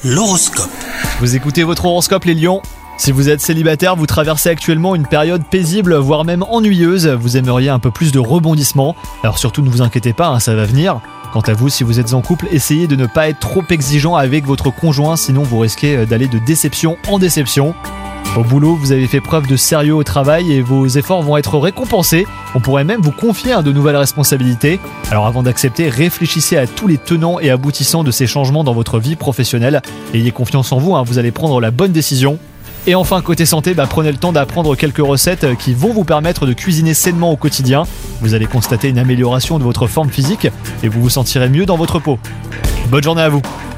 L'horoscope. Vous écoutez votre horoscope les lions. Si vous êtes célibataire, vous traversez actuellement une période paisible, voire même ennuyeuse. Vous aimeriez un peu plus de rebondissement. Alors surtout ne vous inquiétez pas, ça va venir. Quant à vous, si vous êtes en couple, essayez de ne pas être trop exigeant avec votre conjoint, sinon vous risquez d'aller de déception en déception. Au boulot, vous avez fait preuve de sérieux au travail et vos efforts vont être récompensés. On pourrait même vous confier de nouvelles responsabilités. Alors avant d'accepter, réfléchissez à tous les tenants et aboutissants de ces changements dans votre vie professionnelle. Ayez confiance en vous, vous allez prendre la bonne décision. Et enfin, côté santé, prenez le temps d'apprendre quelques recettes qui vont vous permettre de cuisiner sainement au quotidien. Vous allez constater une amélioration de votre forme physique et vous vous sentirez mieux dans votre peau. Bonne journée à vous!